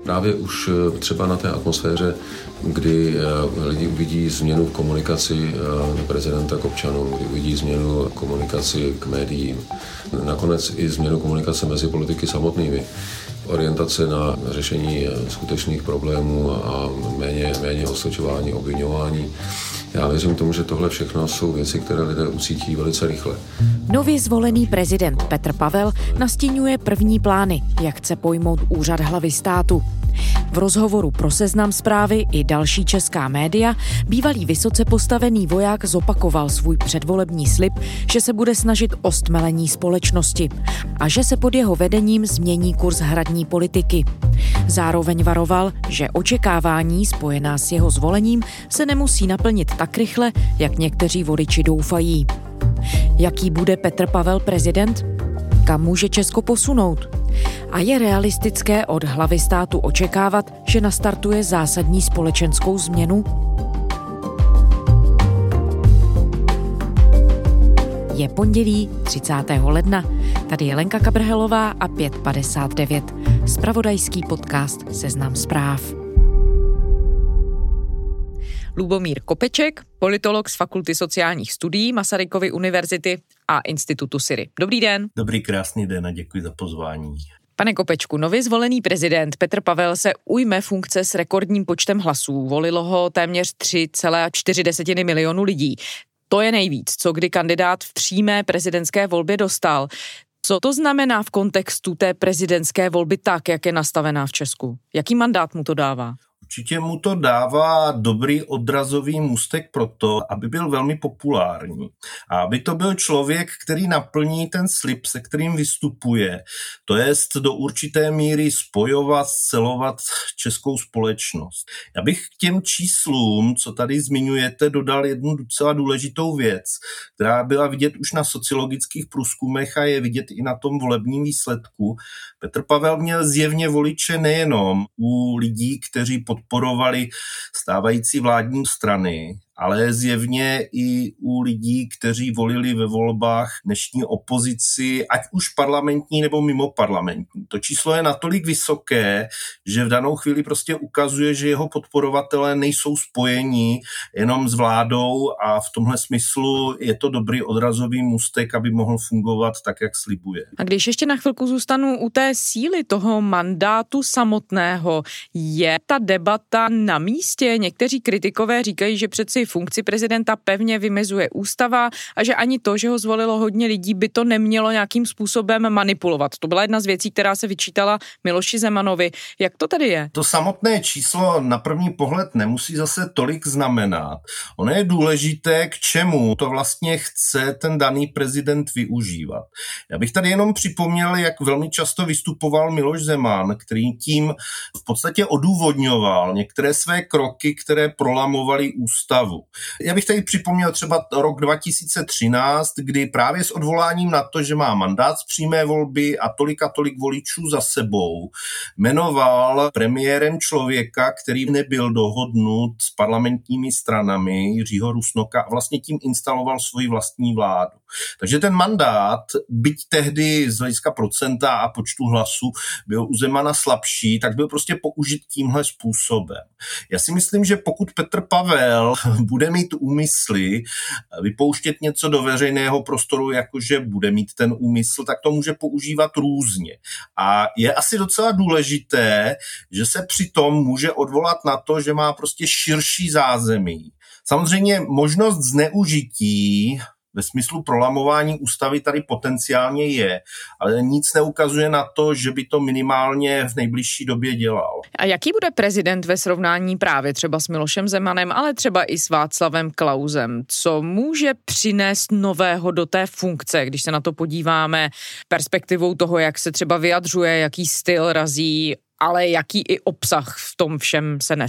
Právě už třeba na té atmosféře, kdy lidi uvidí změnu v komunikaci prezidenta k občanům, kdy uvidí změnu komunikaci k médiím, nakonec i změnu komunikace mezi politiky samotnými, orientace na řešení skutečných problémů a méně osočování, obviňování. Já věřím tomu, že tohle všechno jsou věci, které lidé ucítí velice rychle. Nově zvolený prezident Petr Pavel nastiňuje první plány, jak chce pojmout úřad hlavy státu. V rozhovoru pro Seznam Zprávy i další česká média bývalý vysoce postavený voják zopakoval svůj předvolební slib, že se bude snažit o stmelení společnosti a že se pod jeho vedením změní kurz hradní politiky. Zároveň varoval, že očekávání spojená s jeho zvolením se nemusí naplnit tak rychle, jak někteří voliči doufají. Jaký bude Petr Pavel prezident? Kam může Česko posunout? A je realistické od hlavy státu očekávat, že nastartuje zásadní společenskou změnu? Je pondělí 30. ledna. Tady je Lenka Kabrhelová a 5:59. Zpravodajský podcast Seznam Zpráv. Lubomír Kopeček, politolog z Fakulty sociálních studií Masarykovy univerzity a Institutu Syry. Dobrý den. Dobrý, krásný den a děkuji za pozvání. Pane Kopečku, nově zvolený prezident Petr Pavel se ujme funkce s rekordním počtem hlasů. Volilo ho téměř 3,4 milionu lidí. To je nejvíc, co kdy kandidát v přímé prezidentské volbě dostal. Co to znamená v kontextu té prezidentské volby tak, jak je nastavená v Česku? Jaký mandát mu to dává? Určitě mu to dává dobrý odrazový můstek pro to, aby byl velmi populární. A aby to byl člověk, který naplní ten slib, se kterým vystupuje. To jest do určité míry spojovat, scelovat českou společnost. Já bych k těm číslům, co tady zmiňujete, dodal jednu docela důležitou věc, která byla vidět už na sociologických průzkumech a je vidět i na tom volebním výsledku. Petr Pavel měl zjevně voliče nejenom u lidí, kteří podporovali stávající vládní strany, ale zjevně i u lidí, kteří volili ve volbách dnešní opozici, ať už parlamentní nebo mimo parlamentní. To číslo je natolik vysoké, že v danou chvíli prostě ukazuje, že jeho podporovatelé nejsou spojeni jenom s vládou a v tomhle smyslu je to dobrý odrazový můstek, aby mohl fungovat tak, jak slibuje. A když ještě na chvilku zůstanu u té síly toho mandátu samotného, je ta debata na místě? Někteří kritikové říkají, že přeci funkci prezidenta pevně vymezuje ústava a že ani to, že ho zvolilo hodně lidí, by to nemělo nějakým způsobem manipulovat. To byla jedna z věcí, která se vyčítala Miloši Zemanovi. Jak to tady je? To samotné číslo na první pohled nemusí zase tolik znamenat. Ono je důležité, k čemu to vlastně chce ten daný prezident využívat. Já bych tady jenom připomněl, jak velmi často vystupoval Miloš Zeman, který tím v podstatě odůvodňoval některé své kroky, které prolamovaly ústavu. Já bych tady připomněl třeba rok 2013, kdy právě s odvoláním na to, že má mandát z přímé volby a tolik voličů za sebou, jmenoval premiérem člověka, který nebyl dohodnut s parlamentními stranami, Jiřího Rusnoka, a vlastně tím instaloval svoji vlastní vládu. Takže ten mandát, byť tehdy z hlediska procenta a počtu hlasů byl u Zemana slabší, tak byl prostě použit tímhle způsobem. Já si myslím, že pokud Petr Pavel bude mít úmysly vypouštět něco do veřejného prostoru, jakože bude mít ten úmysl, tak to může používat různě. A je asi docela důležité, že se přitom může odvolat na to, že má prostě širší zázemí. Samozřejmě možnost zneužití ve smyslu prolamování ústavy tady potenciálně je, ale nic neukazuje na to, že by to minimálně v nejbližší době dělal. A jaký bude prezident ve srovnání právě třeba s Milošem Zemanem, ale třeba i s Václavem Klausem? Co může přinést nového do té funkce, když se na to podíváme perspektivou toho, jak se třeba vyjadřuje, jaký styl razí, ale jaký i obsah v tom všem se nese?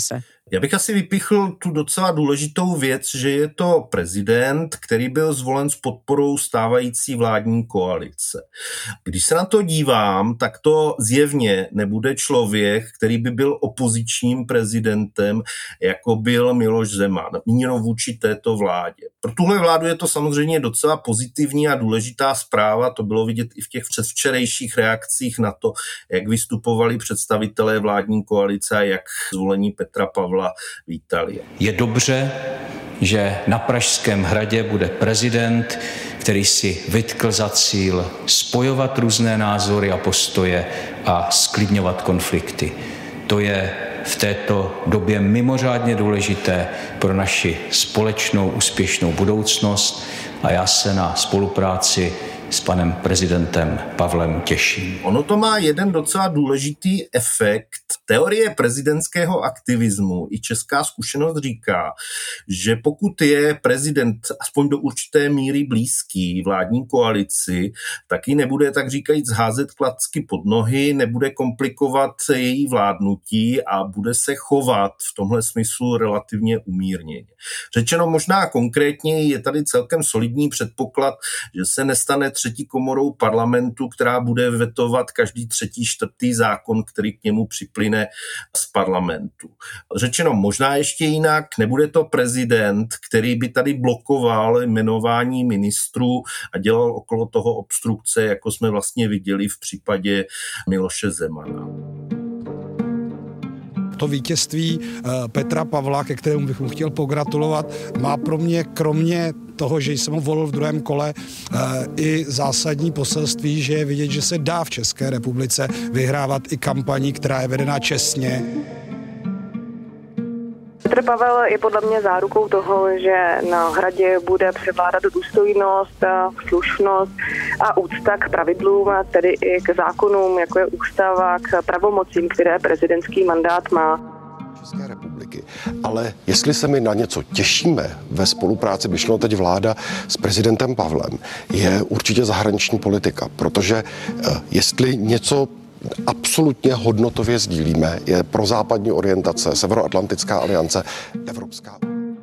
Já bych asi vypichl tu docela důležitou věc, že je to prezident, který byl zvolen s podporou stávající vládní koalice. Když se na to dívám, tak to zjevně nebude člověk, který by byl opozičním prezidentem, jako byl Miloš Zeman, míněno vůči této vládě. Pro tuhle vládu je to samozřejmě docela pozitivní a důležitá zpráva, to bylo vidět i v těch předvčerejších reakcích na to, jak vystupovali představitelé vládní koalice a jak zvolení Petra Pavla vítali. Je dobře, že na Pražském hradě bude prezident, který si vytkl za cíl spojovat různé názory a postoje a zklidňovat konflikty. To je v této době mimořádně důležité pro naši společnou úspěšnou budoucnost a já se na spolupráci s panem prezidentem Pavlem těším. Ono to má jeden docela důležitý efekt. Teorie prezidentského aktivismu i česká zkušenost říká, že pokud je prezident aspoň do určité míry blízký vládní koalici, tak ji nebude, tak říkajíc, házet klacky pod nohy, nebude komplikovat její vládnutí a bude se chovat v tomhle smyslu relativně umírněně. Řečeno možná konkrétně, je tady celkem solidní předpoklad, že se nestane třetí komorou parlamentu, která bude vetovat každý třetí, čtvrtý zákon, který k němu připlyne z parlamentu. Řečeno možná ještě jinak, nebude to prezident, který by tady blokoval jmenování ministrů a dělal okolo toho obstrukce, jako jsme vlastně viděli v případě Miloše Zemana. To vítězství Petra Pavla, ke kterému bych mu chtěl pogratulovat, má pro mě kromě toho, že jsem ho volil v druhém kole, i zásadní poselství, že je vidět, že se dá v České republice vyhrávat i kampaní, která je vedená čestně. Petr Pavel je podle mě zárukou toho, že na hradě bude převládat důstojnost, slušnost a úcta k pravidlům, tedy i k zákonům, jako je ústava, k pravomocím, které prezidentský mandát má. České republiky. Ale jestli se my na něco těšíme ve spolupráci, myšleno teď vláda s prezidentem Pavlem, je určitě zahraniční politika, protože jestli něco absolutně hodnotově sdílíme, je prozápadní orientace, Severoatlantická aliance, Evropská.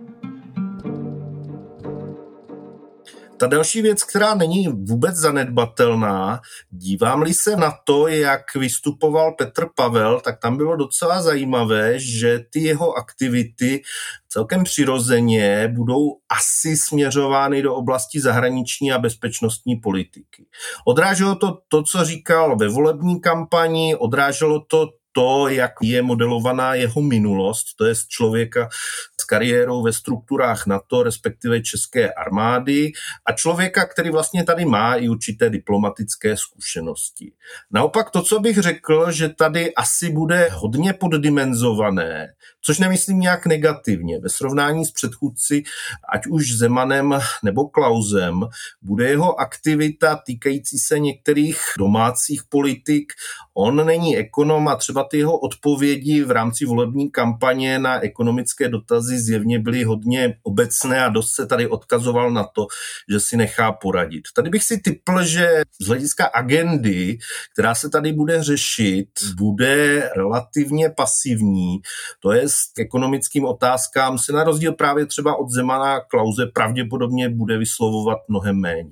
Ta další věc, která není vůbec zanedbatelná, dívám-li se na to, jak vystupoval Petr Pavel, tak tam bylo docela zajímavé, že ty jeho aktivity celkem přirozeně budou asi směřovány do oblasti zahraniční a bezpečnostní politiky. Odráželo to, co říkal ve volební kampani, odráželo to, jak je modelovaná jeho minulost, to je člověka s kariérou ve strukturách NATO, respektive české armády a člověka, který vlastně tady má i určité diplomatické zkušenosti. Naopak to, co bych řekl, že tady asi bude hodně poddimenzované, což nemyslím nějak negativně. Ve srovnání s předchůdci, ať už Zemanem nebo Klausem, bude jeho aktivita týkající se některých domácích politik. On není ekonom a třeba ty jeho odpovědi v rámci volební kampaně na ekonomické dotazy zjevně byly hodně obecné a dost se tady odkazoval na to, že si nechá poradit. Tady bych si tipl, že z hlediska agendy, která se tady bude řešit, bude relativně pasivní. To je k ekonomickým otázkám se na rozdíl právě třeba od Zemana Klause pravděpodobně bude vyslovovat mnohem méně.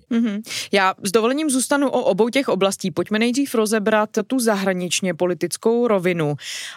Já s dovolením zůstanu o obou těch oblastí. Pojďme nejdřív rozebrat tu zahraničně politickou rovinu.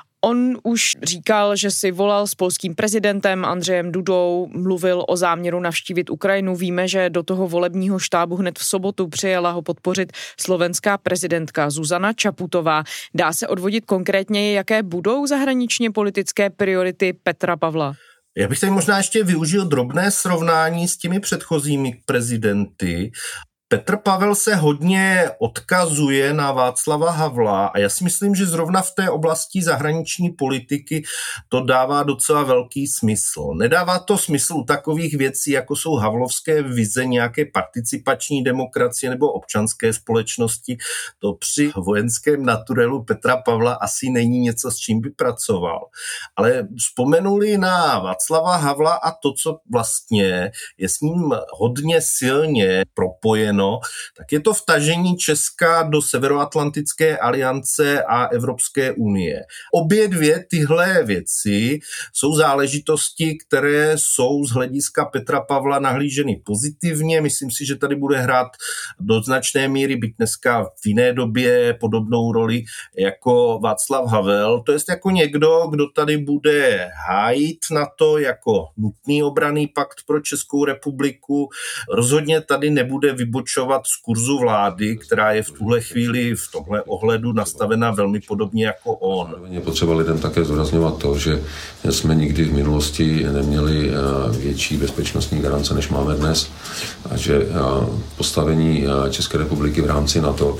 On už říkal, že si volal s polským prezidentem Andřejem Dudou, mluvil o záměru navštívit Ukrajinu. Víme, že do toho volebního štábu hned v sobotu přijela ho podpořit slovenská prezidentka Zuzana Čaputová. Dá se odvodit konkrétně, jaké budou zahraničně politické priority Petra Pavla? Já bych tady možná ještě využil drobné srovnání s těmi předchozími prezidenty. Petr Pavel se hodně odkazuje na Václava Havla a já si myslím, že zrovna v té oblasti zahraniční politiky to dává docela velký smysl. Nedává to smysl u takových věcí, jako jsou havlovské vize nějaké participační demokracie nebo občanské společnosti. To při vojenském naturelu Petra Pavla asi není něco, s čím by pracoval. Ale vzpomenuli na Václava Havla a to, co vlastně je s ním hodně silně propojené, myšleno, tak je to vtažení Česka do Severoatlantické aliance a Evropské unie. Obě dvě tyhle věci jsou záležitosti, které jsou z hlediska Petra Pavla nahlíženy pozitivně. Myslím si, že tady bude hrát do značné míry, byť dneska v jiné době, podobnou roli jako Václav Havel. To je jako někdo, kdo tady bude hájit NATO jako nutný obranný pakt pro Českou republiku. Rozhodně tady nebude vybočovat z kurzu vlády, která je v tuhle chvíli v tomhle ohledu nastavena velmi podobně jako on. Je potřeba lidem také zdůrazňovat to, že jsme nikdy v minulosti neměli větší bezpečnostní garance, než máme dnes, a že postavení České republiky v rámci NATO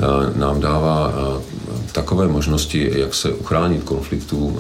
nám dává takové možnosti, jak se uchránit konfliktů,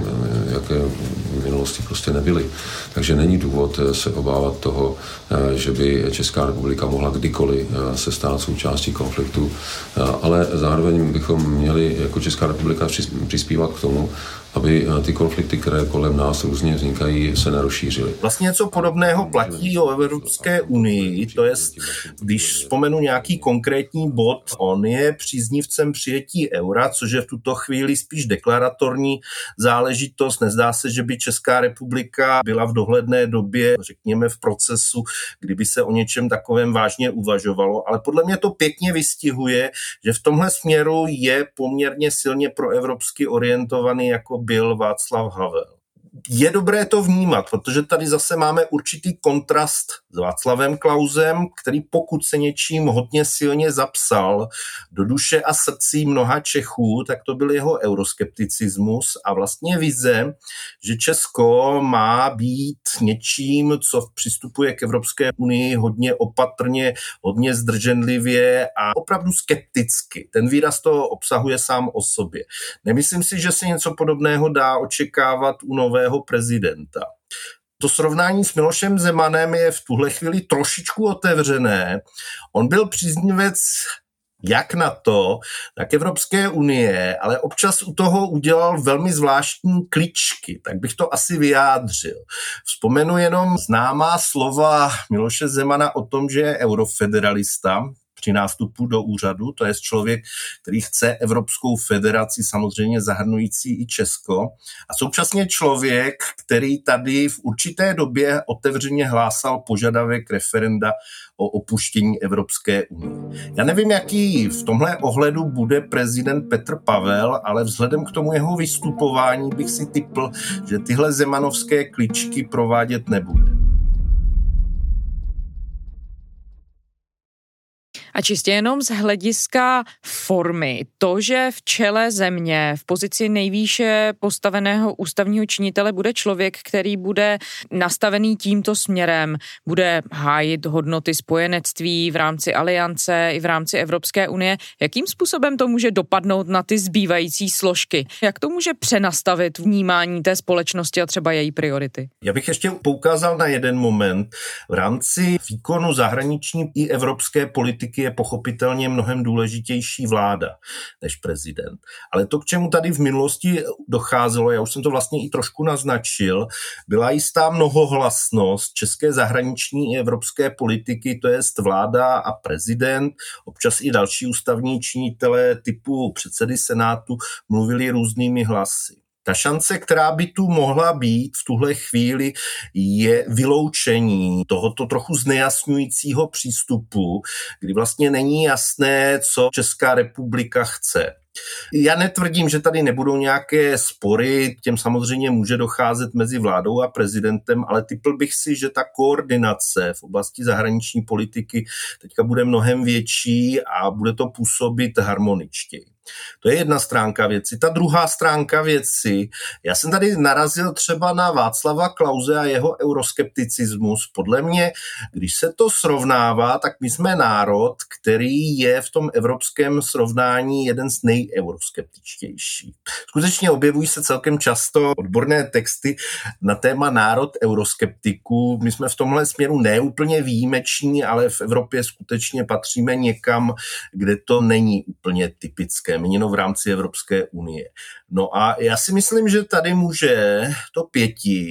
jaké v minulosti prostě nebyly. Takže není důvod se obávat toho, že by Česká republika mohla kdykoliv se stát součástí konfliktu, ale zároveň bychom měli jako Česká republika přispívat k tomu, aby ty konflikty, které kolem nás různě vznikají, se nerozšířily. Vlastně něco podobného platí o Evropské unii, to je, když vzpomenu nějaký konkrétní bod, on je příznivcem přijetí eura, což je v tuto chvíli spíš deklaratorní záležitost. Nezdá se, že by Česká republika byla v dohledné době, řekněme, v procesu, kdyby se o něčem takovém vážně uvažovalo, ale podle mě to pěkně vystihuje, že v tomhle směru je poměrně silně proevropsky orientovaný, jako byl Václav Havel. Je dobré to vnímat, protože tady zase máme určitý kontrast s Václavem Klausem, který pokud se něčím hodně silně zapsal do duše a srdcí mnoha Čechů, tak to byl jeho euroskepticismus a vlastně vize, že Česko má být něčím, co přistupuje k Evropské unii hodně opatrně, hodně zdrženlivě a opravdu skepticky. Ten výraz to obsahuje sám o sobě. Nemyslím si, že se něco podobného dá očekávat u nového prezidenta. To srovnání s Milošem Zemanem je v tuhle chvíli trošičku otevřené. On byl příznivec jak NATO, tak Evropské unie, ale občas u toho udělal velmi zvláštní kličky, tak bych to asi vyjádřil. Vzpomenu jenom známá slova Miloše Zemana o tom, že je eurofederalista při nástupu do úřadu, to je člověk, který chce Evropskou federaci, samozřejmě zahrnující i Česko, a současně člověk, který tady v určité době otevřeně hlásal požadavek referenda o opuštění Evropské unie. Já nevím, jaký v tomhle ohledu bude prezident Petr Pavel, ale vzhledem k tomu jeho vystupování bych si tipl, že tyhle zemanovské kličky provádět nebude. A čistě jenom z hlediska formy, to, že v čele země, v pozici nejvýše postaveného ústavního činitele bude člověk, který bude nastavený tímto směrem, bude hájit hodnoty spojenectví v rámci aliance i v rámci Evropské unie, jakým způsobem to může dopadnout na ty zbývající složky? Jak to může přenastavit vnímání té společnosti a třeba její priority? Já bych ještě poukázal na jeden moment. V rámci výkonu zahraniční i evropské politiky je pochopitelně mnohem důležitější vláda než prezident. Ale to, k čemu tady v minulosti docházelo, já už jsem to vlastně i trošku naznačil, byla jistá mnohohlasnost české zahraniční i evropské politiky, to jest vláda a prezident, občas i další ústavní činitelé typu předsedy Senátu mluvili různými hlasy. Ta šance, která by tu mohla být v tuhle chvíli, je vyloučení tohoto trochu znejasňujícího přístupu, kdy vlastně není jasné, co Česká republika chce. Já netvrdím, že tady nebudou nějaké spory, těm samozřejmě může docházet mezi vládou a prezidentem, ale tipl bych si, že ta koordinace v oblasti zahraniční politiky teďka bude mnohem větší a bude to působit harmoničtěji. To je jedna stránka věci. Ta druhá stránka věci, já jsem tady narazil třeba na Václava Klause a jeho euroskepticismus. Podle mě, když se to srovnává, tak my jsme národ, který je v tom evropském srovnání jeden z nejeuroskeptičtějších. Skutečně objevují se celkem často odborné texty na téma národ euroskeptiků. My jsme v tomhle směru neúplně výjimeční, ale v Evropě skutečně patříme někam, kde to není úplně typické. unie, míněno v rámci Evropské unie. No a já si myslím, že tady může to 5,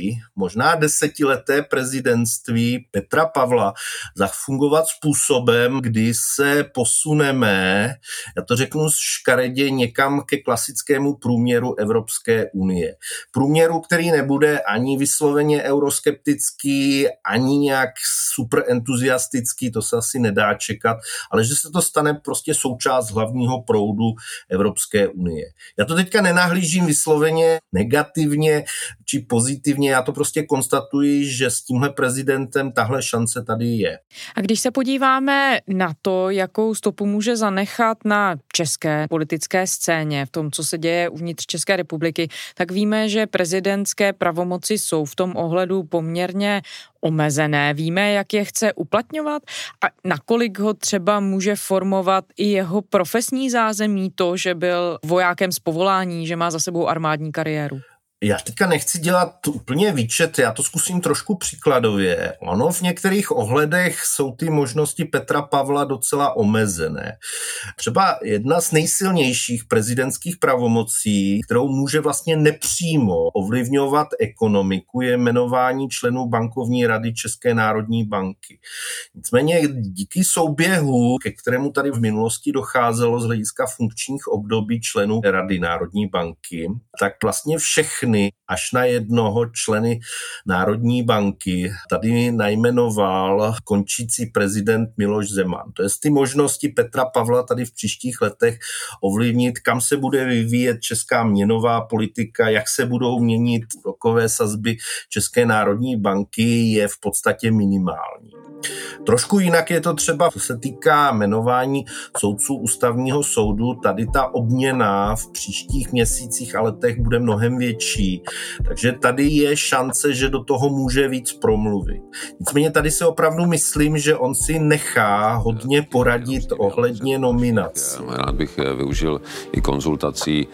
možná 10leté prezidentství Petra Pavla zafungovat způsobem, kdy se posuneme, já to řeknu škaredě, někam ke klasickému průměru Evropské unie. Průměru, který nebude ani vysloveně euroskeptický, ani nějak super entuziastický, to se asi nedá čekat, ale že se to stane prostě součást hlavního proudu Evropské unie. Já to teďka nenahlížím vysloveně negativně či pozitivně, já to prostě konstatuji, že s tímhle prezidentem tahle šance tady je. A když se podíváme na to, jakou stopu může zanechat na české politické scéně, v tom, co se děje uvnitř České republiky, tak víme, že prezidentské pravomoci jsou v tom ohledu poměrně omezené. Víme, jak je chce uplatňovat a nakolik ho třeba může formovat i jeho profesní zázemí, to, že byl vojákem z povolání, že má za sebou armádní kariéru. Já teďka nechci dělat úplně výčet, já to zkusím trošku příkladově. Ono v některých ohledech jsou ty možnosti Petra Pavla docela omezené. Třeba jedna z nejsilnějších prezidentských pravomocí, kterou může vlastně nepřímo ovlivňovat ekonomiku, je jmenování členů bankovní rady České národní banky. Nicméně díky souběhu, ke kterému tady v minulosti docházelo z hlediska funkčních období členů Rady Národní banky, tak vlastně všechny až na jednoho členy Národní banky tady najmenoval končící prezident Miloš Zeman. To je ty možnosti Petra Pavla tady v příštích letech ovlivnit, kam se bude vyvíjet česká měnová politika, jak se budou měnit úrokové sazby České národní banky, je v podstatě minimální. Trošku jinak je to třeba, co se týká jmenování soudců ústavního soudu. Tady ta obměna v příštích měsících a letech bude mnohem větší. Takže tady je šance, že do toho může víc promluvit. Nicméně tady se opravdu myslím, že on si nechá hodně poradit ohledně nominací. Rád bych využil i konzultací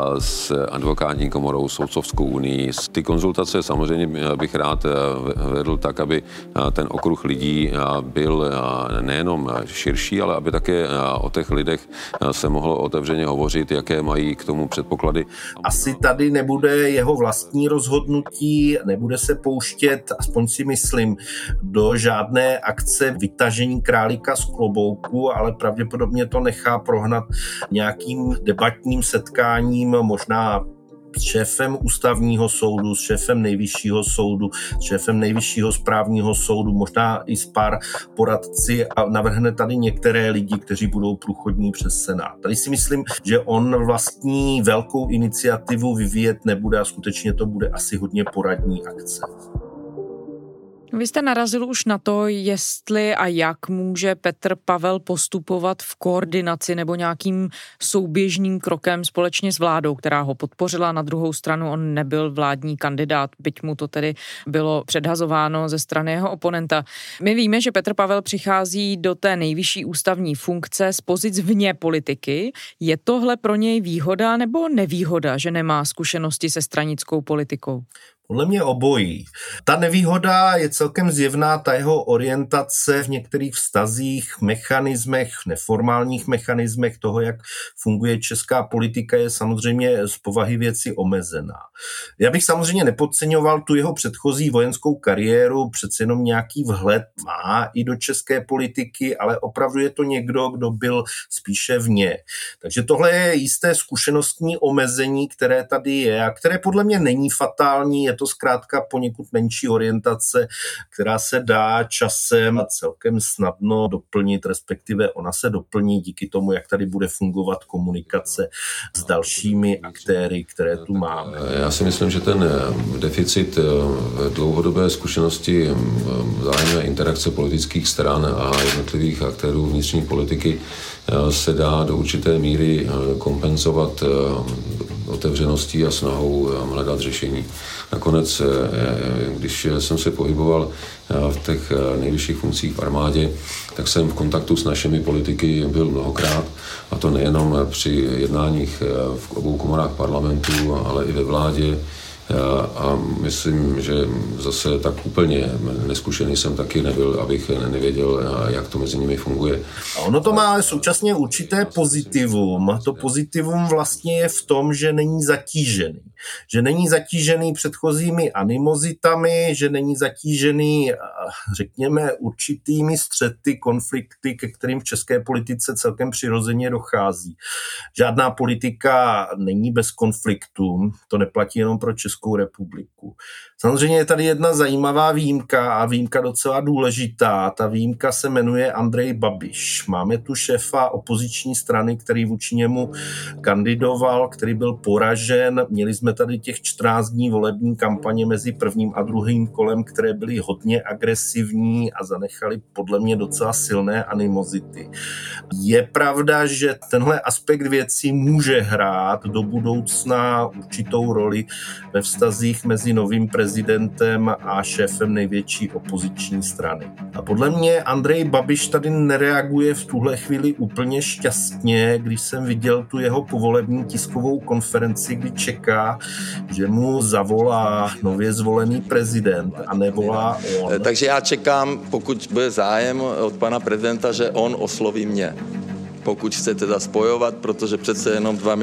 s advokátní komorou, soudcovskou unii. Ty konzultace samozřejmě bych rád vedl tak, aby ten okruh lidí byl nejenom širší, ale aby také o těch lidech se mohlo otevřeně hovořit, jaké mají k tomu předpoklady. Asi tady nebude jeho vlastní rozhodnutí, nebude se pouštět, aspoň si myslím, do žádné akce vytažení králíka z klobouku, ale pravděpodobně to nechá prohnat nějakým debatním setkáním, možná s šéfem ústavního soudu, s šéfem nejvyššího soudu, s šéfem nejvyššího správního soudu, možná i s pár poradci a navrhne tady některé lidi, kteří budou průchodní přes Senát. Tady si myslím, že on vlastní velkou iniciativu vyvíjet nebude a skutečně to bude asi hodně poradní akce. Vy jste narazil už na to, jestli a jak může Petr Pavel postupovat v koordinaci nebo nějakým souběžným krokem společně s vládou, která ho podpořila. Na druhou stranu on nebyl vládní kandidát, byť mu to tedy bylo předhazováno ze strany jeho oponenta. My víme, že Petr Pavel přichází do té nejvyšší ústavní funkce z pozic vně politiky. Je tohle pro něj výhoda nebo nevýhoda, že nemá zkušenosti se stranickou politikou? Podle mě obojí. Ta nevýhoda je celkem zjevná, ta jeho orientace v některých vztazích, mechanismech, neformálních mechanismech toho, jak funguje česká politika, je samozřejmě z povahy věci omezená. Já bych samozřejmě nepodceňoval tu jeho předchozí vojenskou kariéru, přece jenom nějaký vhled má i do české politiky, ale opravdu je to někdo, kdo byl spíše vně. Takže tohle je jisté zkušenostní omezení, které tady je a které podle mě není fatální, je to zkrátka poněkud menší orientace, která se dá časem celkem snadno doplnit, respektive ona se doplní díky tomu, jak tady bude fungovat komunikace s dalšími aktéry, které tu máme. Já si myslím, že ten deficit dlouhodobé zkušenosti vzájemné interakce politických stran a jednotlivých aktérů vnitřní politiky se dá do určité míry kompenzovat otevřeností a snahou hledat řešení. Nakonec, když jsem se pohyboval v těch nejvyšších funkcích v armádě, tak jsem v kontaktu s našimi politiky byl mnohokrát, a to nejenom při jednáních v obou komorách parlamentu, ale i ve vládě, A myslím, že zase tak úplně neskušený jsem taky nebyl, abych nevěděl, jak to mezi nimi funguje. A ono to má současně určité pozitivum. To pozitivum vlastně je v tom, že není zatížený. Že není zatížený předchozími animozitami, že není zatížený, řekněme, určitými střety, konflikty, ke kterým v české politice celkem přirozeně dochází. Žádná politika není bez konfliktů, to neplatí jenom pro Českou republiku. Samozřejmě je tady jedna zajímavá výjimka a výjimka docela důležitá. Ta výjimka se jmenuje Andrej Babiš. Máme tu šéfa opoziční strany, který vůči němu kandidoval, který byl poražen. Měli jsme tady těch 14 dní volební kampaně mezi prvním a druhým kolem, které byly hodně agresivní a zanechaly podle mě docela silné animozity. Je pravda, že tenhle aspekt věcí může hrát do budoucna určitou roli ve vztazích mezi novým prezidentem a šéfem největší opoziční strany. A podle mě Andrej Babiš tady nereaguje v tuhle chvíli úplně šťastně, když jsem viděl tu jeho povolební tiskovou konferenci, kdy čeká, že mu zavolá nově zvolený prezident a nevolá on. Takže já čekám, pokud bude zájem od pana prezidenta, že on osloví mě. Pokud chce teda spojovat, protože přece jenom 2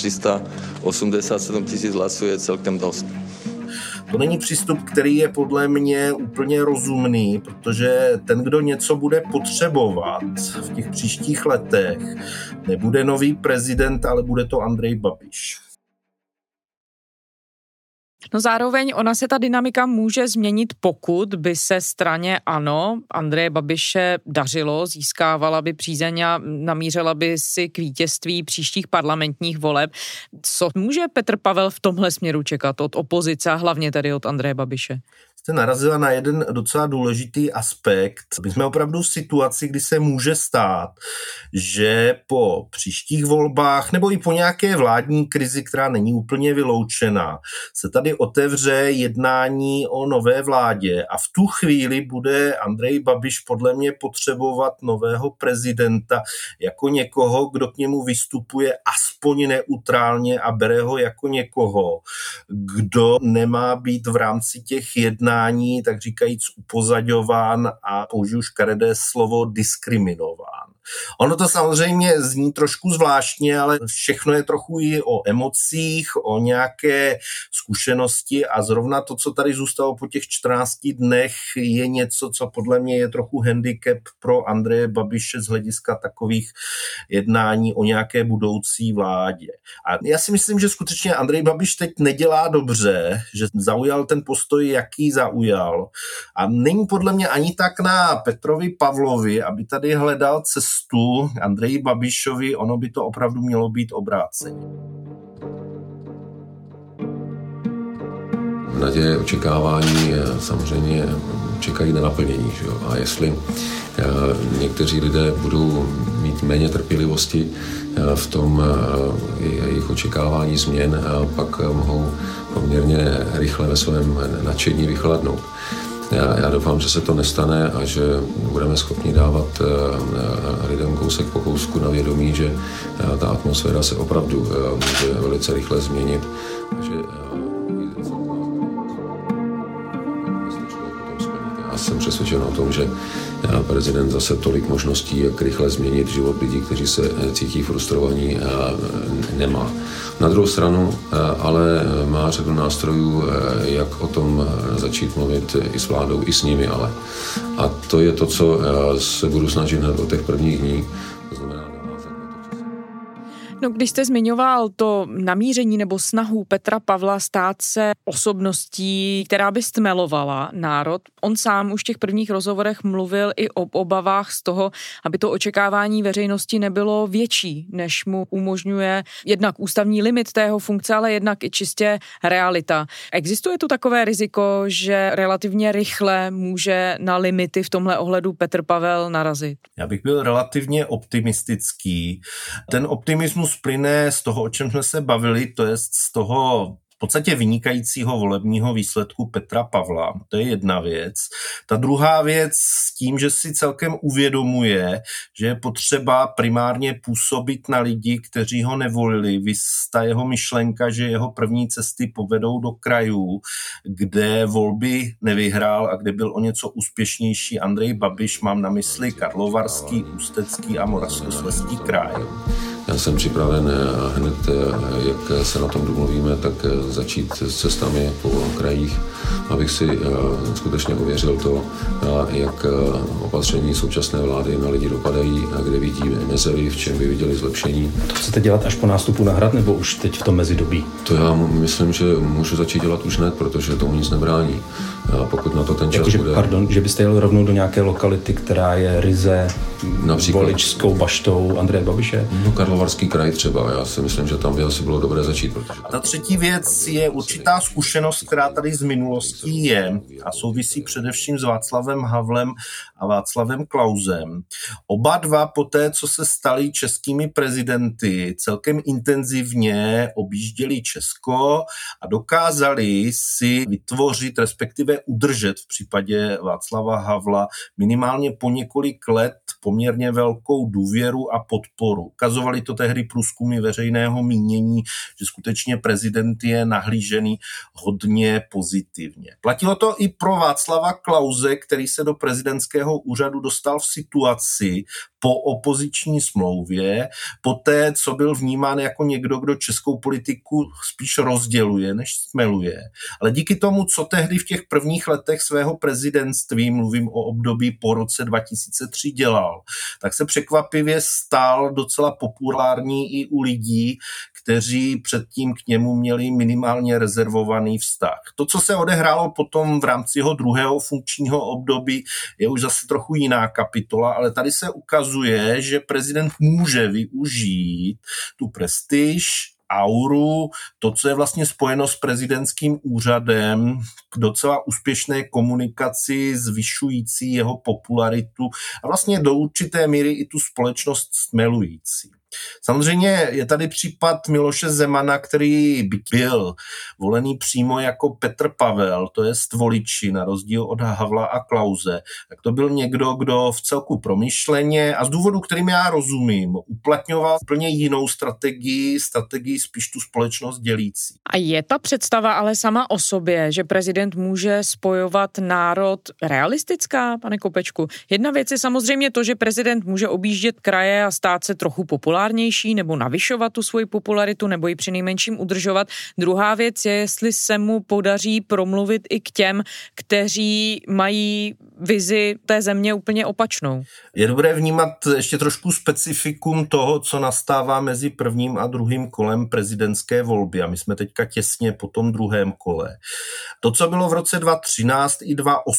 387 000 hlasů je celkem dost. To není přístup, který je podle mě úplně rozumný, protože ten, kdo něco bude potřebovat v těch příštích letech, nebude nový prezident, ale bude to Andrej Babiš. No zároveň ona se ta dynamika může změnit, pokud by se straně ANO Andreje Babiše dařilo, získávala by přízeň a namířila by si k vítězství příštích parlamentních voleb. Co může Petr Pavel v tomhle směru čekat od opozice a hlavně tedy od Andreje Babiše? Jste narazila na jeden docela důležitý aspekt. My jsme opravdu v situaci, kdy se může stát, že po příštích volbách nebo i po nějaké vládní krizi, která není úplně vyloučená, se tady otevře jednání o nové vládě a v tu chvíli bude Andrej Babiš podle mě potřebovat nového prezidenta jako někoho, kdo k němu vystupuje aspoň neutrálně a bere ho jako někoho, kdo nemá být v rámci těch jednání tak říkajíc upozaďován a použiju škaredé slovo diskriminován. Ono to samozřejmě zní trošku zvláštně, ale všechno je trochu i o emocích, o nějaké zkušenosti a zrovna to, co tady zůstalo po těch 14 dnech, je něco, co podle mě je trochu handicap pro Andreje Babiše z hlediska takových jednání o nějaké budoucí vládě. A já si myslím, že skutečně Andrej Babiš teď nedělá dobře, že zaujal ten postoj, jaký zaujal. A není podle mě ani tak na Petrovi Pavlovi, aby tady hledal cestu Andreji Babišovi, ono by to opravdu mělo být obráceně. Naděje, očekávání samozřejmě čekají na naplnění. Že jo? A jestli někteří lidé budou mít méně trpělivosti v tom jejich očekávání změn, pak mohou poměrně rychle ve svém nadšení vychladnout. Já doufám, že se to nestane a že budeme schopni dávat lidem kousek po kousku na vědomí, že ta atmosféra se opravdu může velice rychle změnit. Já jsem přesvědčen o tom, že prezident zase tolik možností, jak rychle změnit život lidí, kteří se cítí frustrovaní, nemá. Na druhou stranu ale má řadu nástrojů, jak o tom začít mluvit i s vládou, i s nimi, ale. A to je to, co se budu snažit hned od těch prvních dní. To znamená No, když jste zmiňoval to namíření nebo snahu Petra Pavla stát se osobností, která by stmelovala národ, on sám už v těch prvních rozhovorech mluvil i o obavách z toho, aby to očekávání veřejnosti nebylo větší, než mu umožňuje jednak ústavní limit tého funkce, ale jednak i čistě realita. Existuje tu takové riziko, že relativně rychle může na limity v tomhle ohledu Petr Pavel narazit? Já bych byl relativně optimistický. Ten optimismus plyne z toho, o čem jsme se bavili, to je z toho v podstatě vynikajícího volebního výsledku Petra Pavla. To je jedna věc. Ta druhá věc s tím, že si celkem uvědomuje, že je potřeba primárně působit na lidi, kteří ho nevolili. Ta jeho myšlenka, že jeho první cesty povedou do krajů, kde volby nevyhrál a kde byl o něco úspěšnější Andrej Babiš, mám na mysli Karlovarský, Ústecký a Moravskoslezský kraj. Já jsem připraven hned, jak se na tom domluvíme, tak začít s cestami po krajích, abych si skutečně ověřil to, jak opatření současné vlády na lidi dopadají a kde vidí mezery, v čem by viděli zlepšení. To chcete dělat až po nástupu na Hrad, nebo už teď v tom mezidobí? To já myslím, že můžu začít dělat už hned, protože tomu nic nebrání. A pokud na to ten čas bude... Pardon, že byste jel rovnou do nějaké lokality, která je ryze voličskou baštou Andreje Babiše? No, Karlovarský kraj třeba. Já si myslím, že tam by asi bylo dobré začít. Protože... Ta třetí věc je určitá zkušenost, která tady z minulostí je a souvisí především s Václavem Havlem a Václavem Klausem. Oba dva poté, co se stali českými prezidenty, celkem intenzivně objížděli Česko a dokázali si vytvořit, respektive udržet v případě Václava Havla minimálně po několik let poměrně velkou důvěru a podporu. Ukazovali to tehdy průzkumy veřejného mínění, že skutečně prezident je nahlížený hodně pozitivně. Platilo to i pro Václava Klause, který se do prezidentského úřadu dostal v situaci po opoziční smlouvě, poté, co byl vnímán jako někdo, kdo českou politiku spíš rozděluje, než stmeluje. Ale díky tomu, co tehdy v těch prvních letech svého prezidentství, mluvím o období po roce 2003, dělal, tak se překvapivě stal docela populární i u lidí, kteří předtím k němu měli minimálně rezervovaný vztah. To, co se odehrálo potom v rámci jeho druhého funkčního období, je už zase trochu jiná kapitola, ale tady se ukazuje, že prezident může využít tu prestiž, auru, to, co je vlastně spojeno s prezidentským úřadem, k docela úspěšné komunikaci, zvyšující jeho popularitu a vlastně do určité míry i tu společnost stmelující. Samozřejmě je tady případ Miloše Zemana, který byl volený přímo jako Petr Pavel, to jest voliči, na rozdíl od Havla a Klause. Tak to byl někdo, kdo v celku promyšleně a z důvodu, kterým já rozumím, uplatňoval úplně jinou strategii spíš tu společnost dělící. A je ta představa ale sama o sobě, že prezident může spojovat národ, realistická, pane Kopečku? Jedna věc je samozřejmě to, že prezident může objíždět kraje a stát se trochu populárnější nebo navyšovat tu svoji popularitu nebo ji přinejmenším udržovat. Druhá věc je, jestli se mu podaří promluvit i k těm, kteří mají vizi té země úplně opačnou. Je dobré vnímat ještě trošku specifikum toho, co nastává mezi prvním a druhým kolem prezidentské volby. A my jsme teďka těsně po tom druhém kole. To, co bylo v roce 2013 i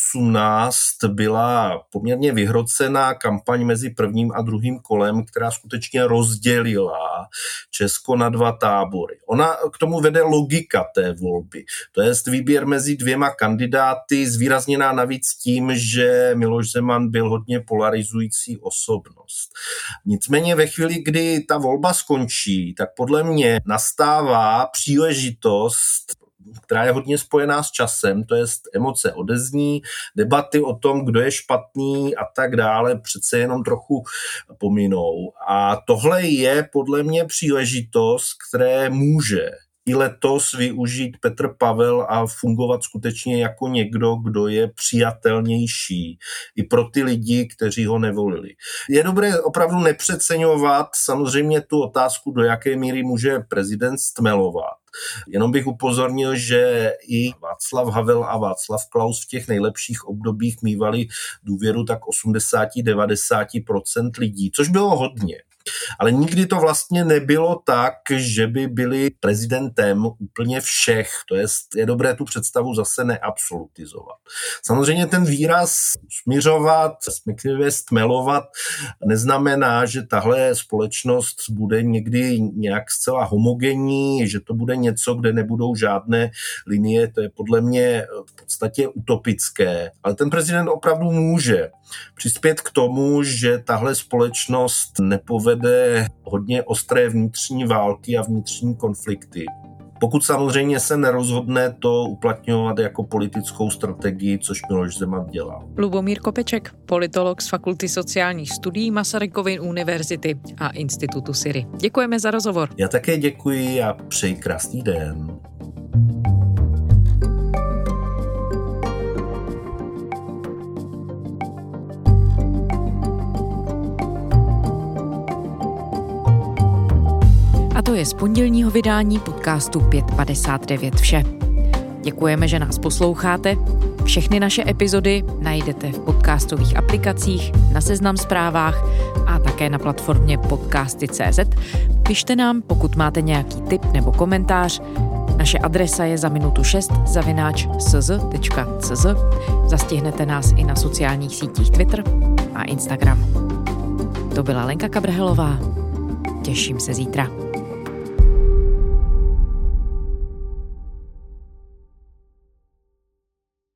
2018, byla poměrně vyhrocená kampaň mezi prvním a druhým kolem, která skutečně rozdělila Česko na dva tábory. Ona k tomu vede logika té volby. To je výběr mezi dvěma kandidáty, zvýrazněná navíc tím, že Miloš Zeman byl hodně polarizující osobnost. Nicméně ve chvíli, kdy ta volba skončí, tak podle mě nastává příležitost, která je hodně spojená s časem, to jest emoce odezní, debaty o tom, kdo je špatný a tak dále, přece jenom trochu pominou. A tohle je podle mě příležitost, které může i letos využít Petr Pavel a fungovat skutečně jako někdo, kdo je přijatelnější i pro ty lidi, kteří ho nevolili. Je dobré opravdu nepřeceňovat samozřejmě tu otázku, do jaké míry může prezident stmelovat. Jenom bych upozornil, že i Václav Havel a Václav Klaus v těch nejlepších obdobích mívali důvěru tak 80-90% lidí, což bylo hodně. Ale nikdy to vlastně nebylo tak, že by byli prezidentem úplně všech. To je dobré tu představu zase neabsolutizovat. Samozřejmě ten výraz směřovat, respektive stmelovat, neznamená, že tahle společnost bude někdy nějak zcela homogenní, že to bude něco, kde nebudou žádné linie. To je podle mě v podstatě utopické. Ale ten prezident opravdu může přispět k tomu, že tahle společnost nepovede hodně ostré vnitřní války a vnitřní konflikty. Pokud samozřejmě se nerozhodne to uplatňovat jako politickou strategii, což Miloš Zeman dělá. Lubomír Kopeček, politolog z Fakulty sociálních studií Masarykovy univerzity a Institutu SYRI. Děkujeme za rozhovor. Já také děkuji a přeji krásný den. A to je z pondělního vydání podcastu 559 vše. Děkujeme, že nás posloucháte. Všechny naše epizody najdete v podcastových aplikacích, na Seznam Zprávách a také na platformě podcasty.cz. Pište nám, pokud máte nějaký tip nebo komentář. Naše adresa je zaminutu6@cz.cz. Zastihnete nás i na sociálních sítích Twitter a Instagram. To byla Lenka Kabrhelová. Těším se zítra.